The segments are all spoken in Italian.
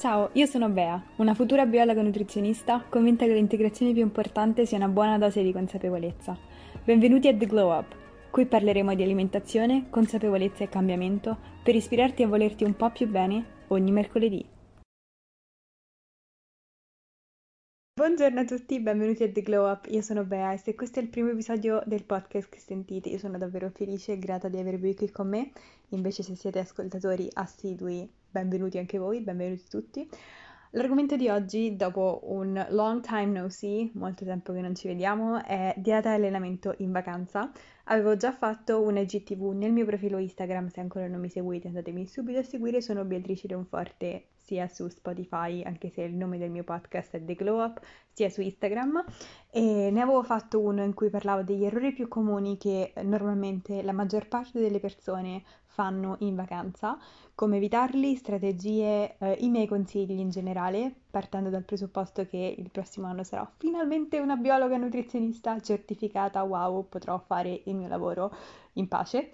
Ciao, io sono Bea, una futura biologa nutrizionista convinta che l'integrazione più importante sia una buona dose di consapevolezza. Benvenuti a The Glow Up. Qui parleremo di alimentazione, consapevolezza e cambiamento per ispirarti a volerti un po' più bene ogni mercoledì. Buongiorno a tutti, benvenuti a The Glow Up. Io sono Bea e se questo è il primo episodio del podcast che sentite, io sono davvero felice e grata di avervi qui con me. Invece se siete ascoltatori assidui, benvenuti anche voi, benvenuti tutti. L'argomento di oggi, dopo un long time no see, molto tempo che non ci vediamo, è dieta e allenamento in vacanza. Avevo già fatto un IGTV nel mio profilo Instagram, se ancora non mi seguite andatemi subito a seguire, sono Beatrice Leonforte sia su Spotify, anche se il nome del mio podcast è The Glow Up, sia su Instagram. E ne avevo fatto uno in cui parlavo degli errori più comuni che normalmente la maggior parte delle persone fanno in vacanza, come evitarli, strategie, i miei consigli in generale, partendo dal presupposto che il prossimo anno sarò finalmente una biologa nutrizionista certificata, wow, potrò fare il mio lavoro in pace.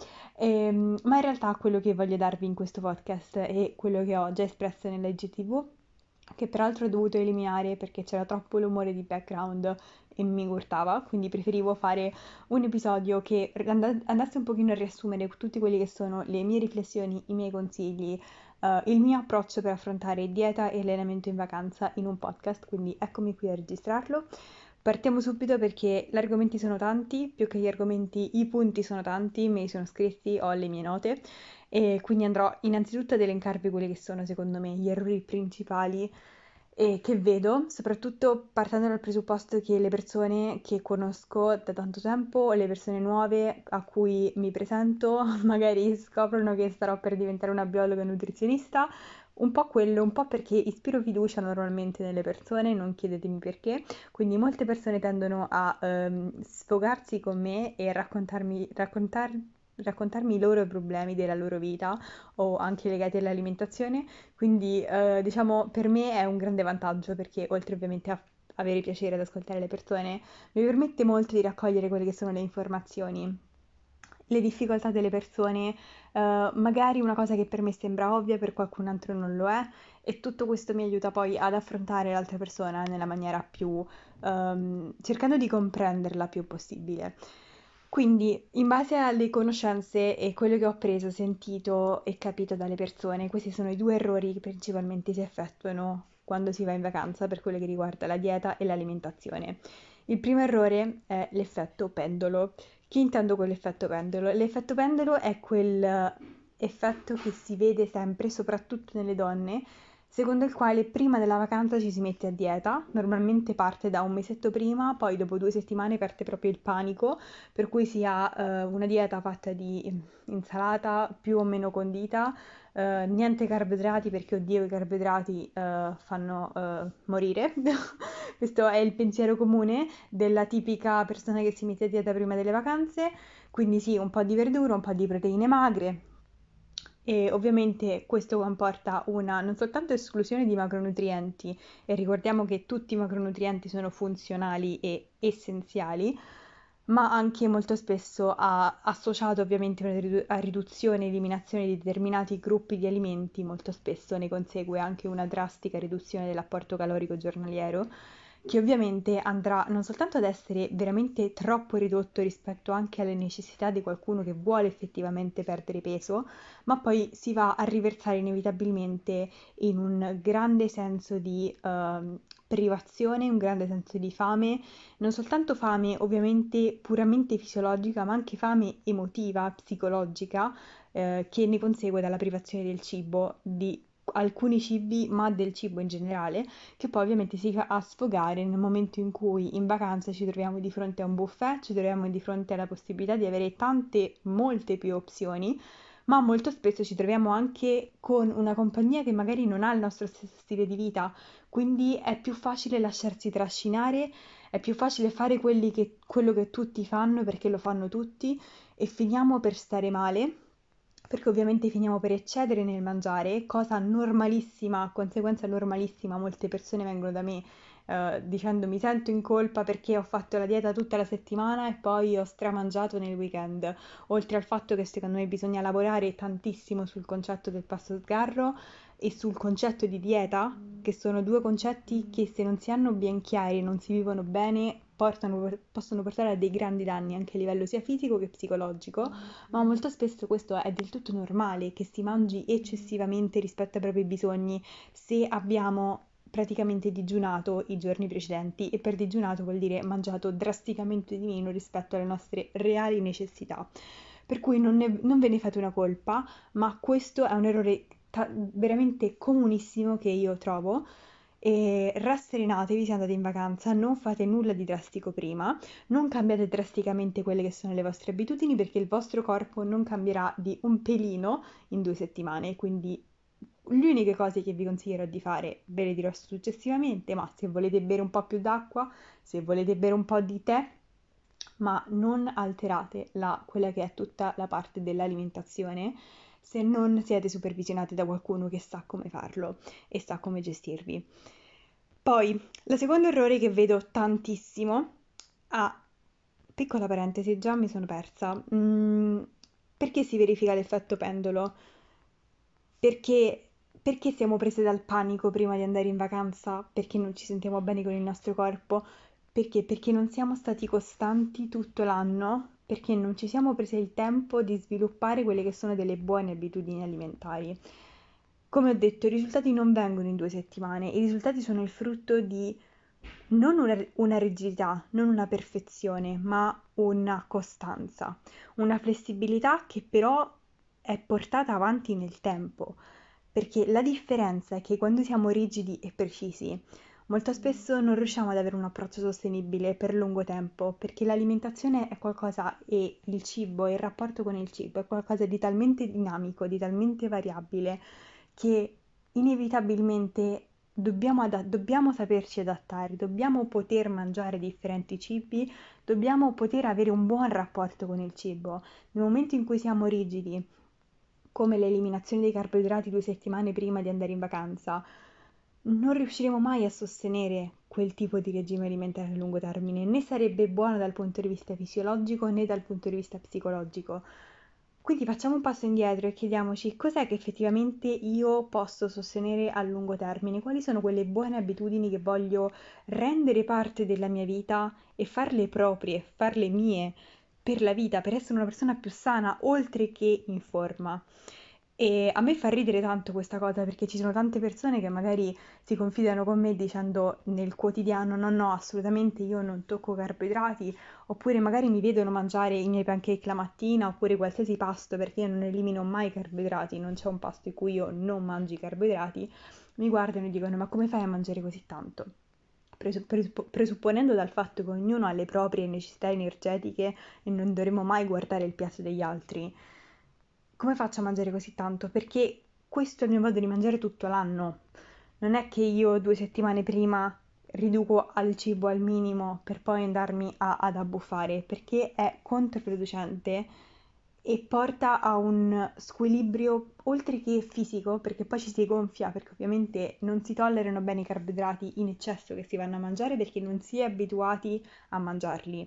Ma in realtà quello che voglio darvi in questo podcast e quello che ho già espresso nell'IGTV, che peraltro ho dovuto eliminare perché c'era troppo l'umore di background e mi urtava, quindi preferivo fare un episodio che andasse un pochino a riassumere tutti quelli che sono le mie riflessioni, i miei consigli, il mio approccio per affrontare dieta e allenamento in vacanza in un podcast, quindi eccomi qui a registrarlo. Partiamo subito perché gli argomenti sono tanti, più che gli argomenti i punti sono tanti, me li sono scritti, ho le mie note e quindi andrò innanzitutto ad elencarvi quelli che sono secondo me gli errori principali e che vedo, soprattutto partendo dal presupposto che le persone che conosco da tanto tempo, le persone nuove a cui mi presento, magari scoprono che starò per diventare una biologa nutrizionista, un po' quello, un po' perché ispiro fiducia normalmente nelle persone, non chiedetemi perché, quindi molte persone tendono a sfogarsi con me e raccontarmi i loro problemi della loro vita o anche legati all'alimentazione, quindi diciamo per me è un grande vantaggio perché oltre ovviamente a avere piacere ad ascoltare le persone, mi permette molto di raccogliere quelle che sono le informazioni, le difficoltà delle persone, magari una cosa che per me sembra ovvia, per qualcun altro non lo è, e tutto questo mi aiuta poi ad affrontare l'altra persona nella maniera più, cercando di comprenderla più possibile. Quindi, in base alle conoscenze e quello che ho appreso, sentito e capito dalle persone, questi sono i due errori che principalmente si effettuano quando si va in vacanza per quello che riguarda la dieta e l'alimentazione. Il primo errore è l'effetto pendolo. Che intendo con l'effetto pendolo? L'effetto pendolo è quel effetto che si vede sempre, soprattutto nelle donne, secondo il quale prima della vacanza ci si mette a dieta, normalmente parte da un mesetto prima, poi dopo 2 settimane parte proprio il panico, per cui si ha una dieta fatta di insalata più o meno condita, niente carboidrati perché oddio i carboidrati fanno morire. Questo è il pensiero comune della tipica persona che si mette a dieta prima delle vacanze, quindi sì, un po' di verdura, un po' di proteine magre e ovviamente questo comporta una non soltanto esclusione di macronutrienti, e ricordiamo che tutti i macronutrienti sono funzionali e essenziali, ma anche molto spesso ha associato ovviamente a riduzione e eliminazione di determinati gruppi di alimenti, molto spesso ne consegue anche una drastica riduzione dell'apporto calorico giornaliero, che ovviamente andrà non soltanto ad essere veramente troppo ridotto rispetto anche alle necessità di qualcuno che vuole effettivamente perdere peso, ma poi si va a riversare inevitabilmente in un grande senso di privazione, un grande senso di fame, non soltanto fame ovviamente puramente fisiologica, ma anche fame emotiva, psicologica, che ne consegue dalla privazione del cibo, di alcuni cibi, ma del cibo in generale, che poi ovviamente si va a sfogare nel momento in cui in vacanza ci troviamo di fronte a un buffet, ci troviamo di fronte alla possibilità di avere tante, molte più opzioni, ma molto spesso ci troviamo anche con una compagnia che magari non ha il nostro stesso stile di vita, quindi è più facile lasciarsi trascinare, è più facile fare quello che tutti fanno perché lo fanno tutti e finiamo per stare male, perché ovviamente finiamo per eccedere nel mangiare, cosa normalissima, conseguenza normalissima, molte persone vengono da me dicendo mi sento in colpa perché ho fatto la dieta tutta la settimana e poi ho stramangiato nel weekend, oltre al fatto che secondo me bisogna lavorare tantissimo sul concetto del pasto sgarro e sul concetto di dieta, che sono due concetti che se non si hanno ben chiari, non si vivono bene, possono portare a dei grandi danni anche a livello sia fisico che psicologico, ma molto spesso questo è del tutto normale, che si mangi eccessivamente rispetto ai propri bisogni se abbiamo praticamente digiunato i giorni precedenti, e per digiunato vuol dire mangiato drasticamente di meno rispetto alle nostre reali necessità. Per cui non ve ne fate una colpa, ma questo è un errore veramente comunissimo che io trovo. E rasserenatevi se andate in vacanza, non fate nulla di drastico prima, non cambiate drasticamente quelle che sono le vostre abitudini, perché il vostro corpo non cambierà di un pelino in 2 settimane, quindi le uniche cose che vi consiglierò di fare ve le dirò successivamente, ma se volete bere un po' più d'acqua, se volete bere un po' di tè, ma non alterate quella che è tutta la parte dell'alimentazione se non siete supervisionati da qualcuno che sa come farlo e sa come gestirvi. Poi, il secondo errore che vedo tantissimo, piccola parentesi, già mi sono persa. Perché si verifica l'effetto pendolo? Perché, perché siamo prese dal panico prima di andare in vacanza? Perché non ci sentiamo bene con il nostro corpo? Perché? Perché non siamo stati costanti tutto l'anno? Perché non ci siamo presi il tempo di sviluppare quelle che sono delle buone abitudini alimentari. Come ho detto, i risultati non vengono in 2 settimane, i risultati sono il frutto di non una rigidità, non una perfezione, ma una costanza, una flessibilità che però è portata avanti nel tempo, perché la differenza è che quando siamo rigidi e precisi, molto spesso non riusciamo ad avere un approccio sostenibile per lungo tempo, perché l'alimentazione è qualcosa, e il cibo e il rapporto con il cibo è qualcosa di talmente dinamico, di talmente variabile, che inevitabilmente dobbiamo saperci adattare, dobbiamo poter mangiare differenti cibi, dobbiamo poter avere un buon rapporto con il cibo. Nel momento in cui siamo rigidi, come l'eliminazione dei carboidrati 2 settimane prima di andare in vacanza, non riusciremo mai a sostenere quel tipo di regime alimentare a lungo termine, né sarebbe buono dal punto di vista fisiologico né dal punto di vista psicologico. Quindi facciamo un passo indietro e chiediamoci cos'è che effettivamente io posso sostenere a lungo termine, quali sono quelle buone abitudini che voglio rendere parte della mia vita e farle proprie, farle mie per la vita, per essere una persona più sana, oltre che in forma. E a me fa ridere tanto questa cosa, perché ci sono tante persone che magari si confidano con me dicendo nel quotidiano no, no, assolutamente io non tocco carboidrati, oppure magari mi vedono mangiare i miei pancake la mattina, oppure qualsiasi pasto, perché io non elimino mai i carboidrati, non c'è un pasto in cui io non mangi i carboidrati, mi guardano e dicono ma come fai a mangiare così tanto? Presupponendo dal fatto che ognuno ha le proprie necessità energetiche e non dovremmo mai guardare il piatto degli altri, come faccio a mangiare così tanto? Perché questo è il mio modo di mangiare tutto l'anno. Non è che io 2 settimane prima riduco al cibo al minimo per poi andarmi ad abbuffare, perché è controproducente e porta a un squilibrio oltre che fisico, perché poi ci si gonfia, perché ovviamente non si tollerano bene i carboidrati in eccesso che si vanno a mangiare perché non si è abituati a mangiarli.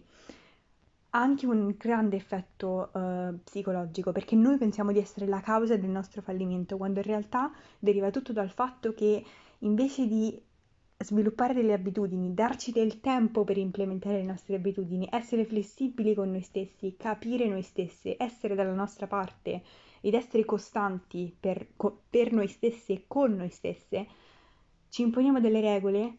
Ha anche un grande effetto psicologico, perché noi pensiamo di essere la causa del nostro fallimento, quando in realtà deriva tutto dal fatto che invece di sviluppare delle abitudini, darci del tempo per implementare le nostre abitudini, essere flessibili con noi stessi, capire noi stesse, essere dalla nostra parte ed essere costanti per noi stessi e con noi stesse, ci imponiamo delle regole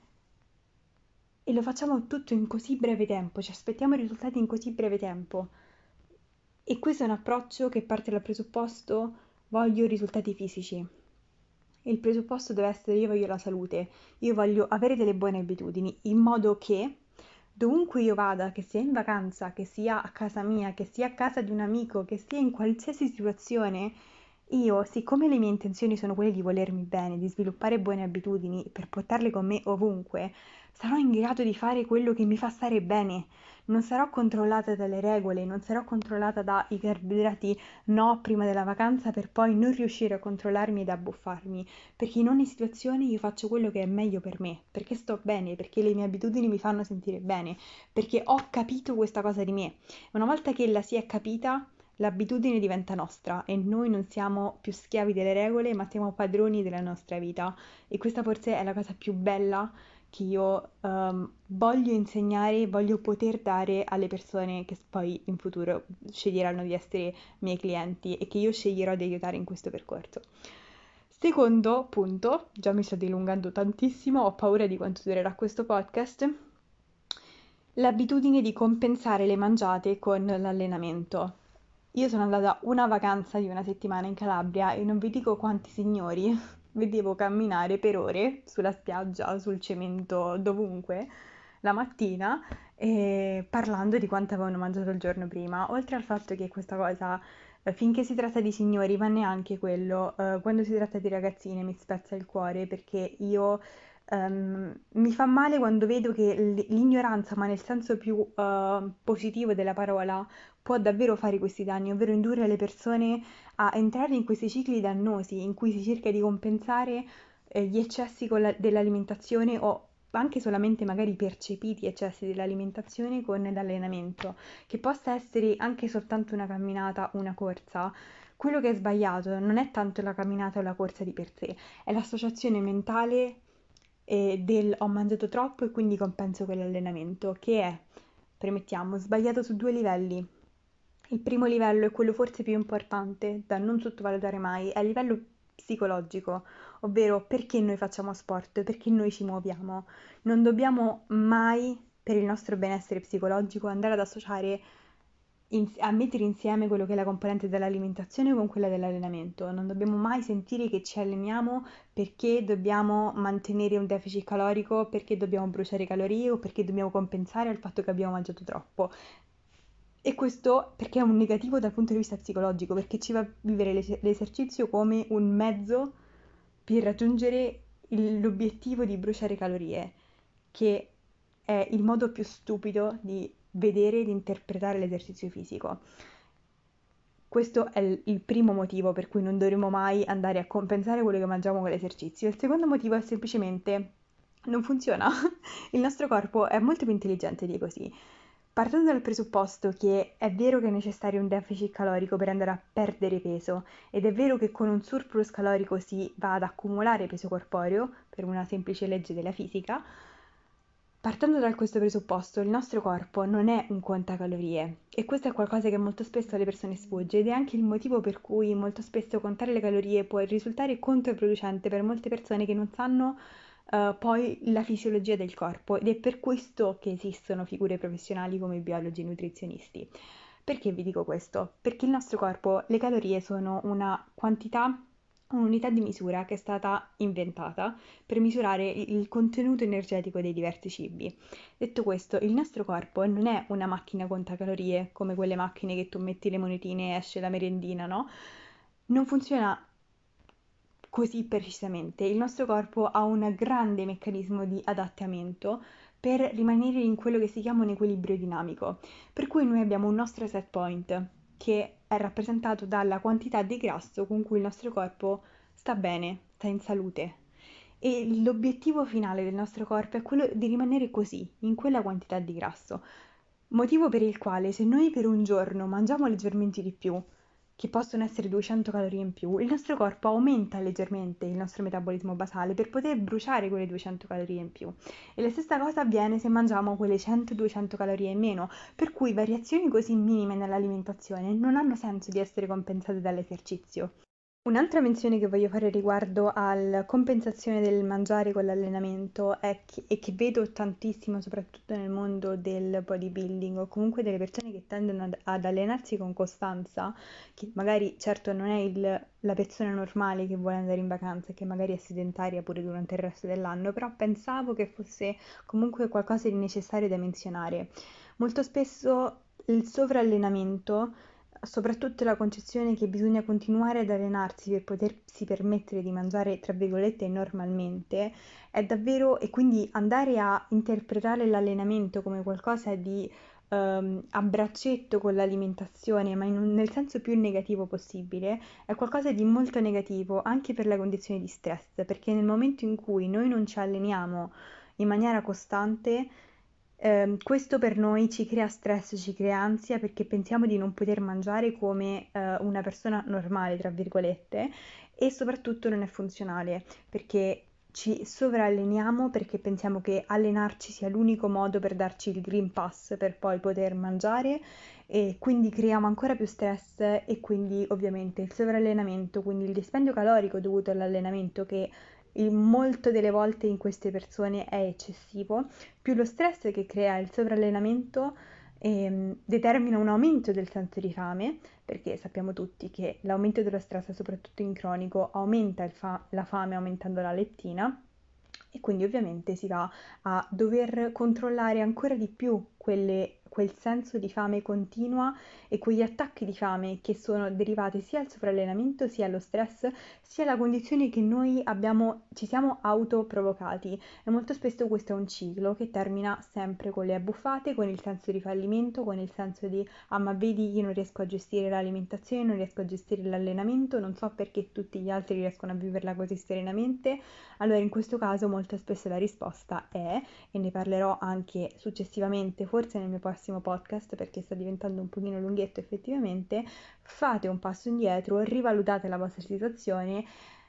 e lo facciamo tutto in così breve tempo, ci aspettiamo i risultati in così breve tempo. E questo è un approccio che parte dal presupposto voglio risultati fisici. Il presupposto deve essere io voglio la salute, io voglio avere delle buone abitudini, in modo che dovunque io vada, che sia in vacanza, che sia a casa mia, che sia a casa di un amico, che sia in qualsiasi situazione, io, siccome le mie intenzioni sono quelle di volermi bene, di sviluppare buone abitudini per portarle con me ovunque, sarò in grado di fare quello che mi fa stare bene, non sarò controllata dalle regole, non sarò controllata dai carboidrati no prima della vacanza per poi non riuscire a controllarmi ed abbuffarmi, perché in ogni situazione io faccio quello che è meglio per me, perché sto bene, perché le mie abitudini mi fanno sentire bene, perché ho capito questa cosa di me. Una volta che la si è capita, l'abitudine diventa nostra e noi non siamo più schiavi delle regole, ma siamo padroni della nostra vita. E questa forse è la cosa più bella che io voglio insegnare, voglio poter dare alle persone che poi in futuro sceglieranno di essere miei clienti e che io sceglierò di aiutare in questo percorso. Secondo punto, già mi sto dilungando tantissimo, ho paura di quanto durerà questo podcast, l'abitudine di compensare le mangiate con l'allenamento. Io sono andata una vacanza di una settimana in Calabria e non vi dico quanti signori vedevo camminare per ore sulla spiaggia, sul cemento, dovunque, la mattina, parlando di quanto avevano mangiato il giorno prima. Oltre al fatto che questa cosa, finché si tratta di signori, ma neanche quello, quando si tratta di ragazzine mi spezza il cuore perché io mi fa male quando vedo che l'ignoranza, ma nel senso più positivo della parola, può davvero fare questi danni, ovvero indurre le persone a entrare in questi cicli dannosi in cui si cerca di compensare gli eccessi dell'alimentazione o anche solamente magari percepiti eccessi dell'alimentazione con l'allenamento, che possa essere anche soltanto una camminata, una corsa. Quello che è sbagliato non è tanto la camminata o la corsa di per sé, è l'associazione mentale del ho mangiato troppo e quindi compenso quell'allenamento, che è, premettiamo, sbagliato su due livelli. Il primo livello è quello forse più importante da non sottovalutare mai, è il livello psicologico, ovvero perché noi facciamo sport, perché noi ci muoviamo. Non dobbiamo mai, per il nostro benessere psicologico, andare ad associare a mettere insieme quello che è la componente dell'alimentazione con quella dell'allenamento. Non dobbiamo mai sentire che ci alleniamo perché dobbiamo mantenere un deficit calorico, perché dobbiamo bruciare calorie o perché dobbiamo compensare il fatto che abbiamo mangiato troppo. E questo perché è un negativo dal punto di vista psicologico, perché ci va a vivere l'esercizio come un mezzo per raggiungere l'obiettivo di bruciare calorie, che è il modo più stupido di vedere e di interpretare l'esercizio fisico. Questo è il primo motivo per cui non dovremo mai andare a compensare quello che mangiamo con l'esercizio. Il secondo motivo è semplicemente non funziona. Il nostro corpo è molto più intelligente di così. Partendo dal presupposto che è vero che è necessario un deficit calorico per andare a perdere peso ed è vero che con un surplus calorico si va ad accumulare peso corporeo per una semplice legge della fisica, partendo da questo presupposto, il nostro corpo non è un contacalorie e questo è qualcosa che molto spesso alle persone sfugge ed è anche il motivo per cui molto spesso contare le calorie può risultare controproducente per molte persone che non sanno poi la fisiologia del corpo ed è per questo che esistono figure professionali come i biologi e i nutrizionisti. Perché vi dico questo? Perché il nostro corpo, le calorie sono una quantità, un'unità di misura che è stata inventata per misurare il contenuto energetico dei diversi cibi. Detto questo, il nostro corpo non è una macchina contacalorie come quelle macchine che tu metti le monetine e esce la merendina, no? Non funziona così precisamente. Il nostro corpo ha un grande meccanismo di adattamento per rimanere in quello che si chiama un equilibrio dinamico. Per cui noi abbiamo un nostro set point che è rappresentato dalla quantità di grasso con cui il nostro corpo sta bene, sta in salute. E l'obiettivo finale del nostro corpo è quello di rimanere così, in quella quantità di grasso. Motivo per il quale se noi per un giorno mangiamo leggermente di più, che possono essere 200 calorie in più, il nostro corpo aumenta leggermente il nostro metabolismo basale per poter bruciare quelle 200 calorie in più. E la stessa cosa avviene se mangiamo quelle 100-200 calorie in meno, per cui variazioni così minime nell'alimentazione non hanno senso di essere compensate dall'esercizio. Un'altra menzione che voglio fare riguardo alla compensazione del mangiare con l'allenamento e che vedo tantissimo, soprattutto nel mondo del bodybuilding o comunque delle persone che tendono ad allenarsi con costanza, che magari certo non è la persona normale che vuole andare in vacanza e che magari è sedentaria pure durante il resto dell'anno, però pensavo che fosse comunque qualcosa di necessario da menzionare. Molto spesso il sovrallenamento, soprattutto la concezione che bisogna continuare ad allenarsi per potersi permettere di mangiare, tra virgolette, normalmente, è davvero, e quindi andare a interpretare l'allenamento come qualcosa di a braccetto con l'alimentazione, ma nel senso più negativo possibile, è qualcosa di molto negativo anche per la condizione di stress, perché nel momento in cui noi non ci alleniamo in maniera costante, questo per noi ci crea stress, ci crea ansia perché pensiamo di non poter mangiare come una persona normale, tra virgolette, e soprattutto non è funzionale perché ci sovralleniamo perché pensiamo che allenarci sia l'unico modo per darci il Green Pass per poi poter mangiare e quindi creiamo ancora più stress e quindi ovviamente il sovrallenamento, quindi il dispendio calorico dovuto all'allenamento che molto delle volte in queste persone è eccessivo, più lo stress che crea il sovrallenamento determina un aumento del senso di fame, perché sappiamo tutti che l'aumento dello stress, soprattutto in cronico, aumenta la fame aumentando la leptina e quindi ovviamente si va a dover controllare ancora di più quel senso di fame continua e quegli attacchi di fame che sono derivati sia al sovrallenamento, sia allo stress, sia alla condizione che noi ci siamo autoprovocati. E molto spesso questo è un ciclo che termina sempre con le abbuffate, con il senso di fallimento, con il senso di ah ma vedi io non riesco a gestire l'alimentazione, non riesco a gestire l'allenamento, non so perché tutti gli altri riescono a viverla così serenamente. Allora in questo caso molto spesso la risposta è, e ne parlerò anche successivamente, forse nel mio prossimo podcast perché sta diventando un pochino lunghetto effettivamente, fate un passo indietro, rivalutate la vostra situazione,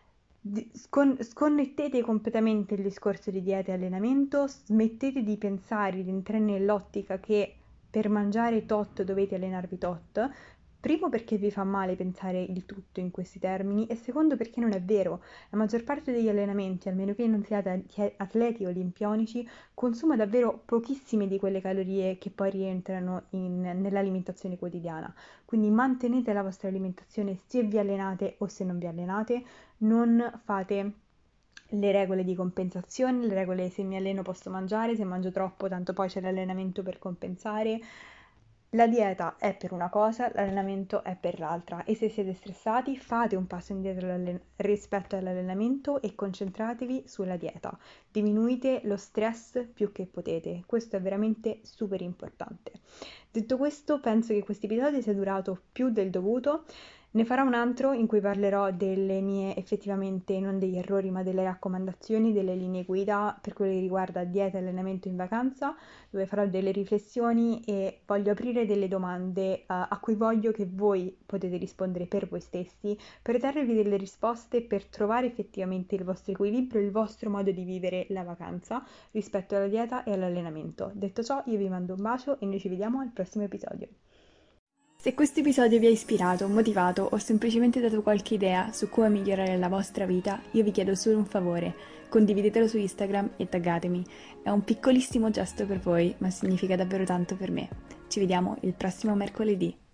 sconnettete completamente il discorso di dieta e allenamento, smettete di pensare, di entrare nell'ottica che per mangiare tot dovete allenarvi tot. Primo perché vi fa male pensare il tutto in questi termini e secondo perché non è vero. La maggior parte degli allenamenti, almeno che non siate atleti olimpionici, consuma davvero pochissime di quelle calorie che poi rientrano nell'alimentazione quotidiana. Quindi mantenete la vostra alimentazione se vi allenate o se non vi allenate, non fate le regole di compensazione, le regole se mi alleno posso mangiare, se mangio troppo tanto poi c'è l'allenamento per compensare. La dieta è per una cosa, l'allenamento è per l'altra e se siete stressati fate un passo indietro rispetto all'allenamento e concentratevi sulla dieta. Diminuite lo stress più che potete, questo è veramente super importante. Detto questo, penso che questo episodio sia durato più del dovuto. Ne farò un altro in cui parlerò delle mie effettivamente, non degli errori, ma delle raccomandazioni, delle linee guida per quello che riguarda dieta e allenamento in vacanza, dove farò delle riflessioni e voglio aprire delle domande a cui voglio che voi potete rispondere per voi stessi, per darvi delle risposte, per trovare effettivamente il vostro equilibrio, il vostro modo di vivere la vacanza rispetto alla dieta e all'allenamento. Detto ciò, io vi mando un bacio e noi ci vediamo al prossimo episodio. Se questo episodio vi ha ispirato, motivato o semplicemente dato qualche idea su come migliorare la vostra vita, io vi chiedo solo un favore: condividetelo su Instagram e taggatemi. È un piccolissimo gesto per voi, ma significa davvero tanto per me. Ci vediamo il prossimo mercoledì.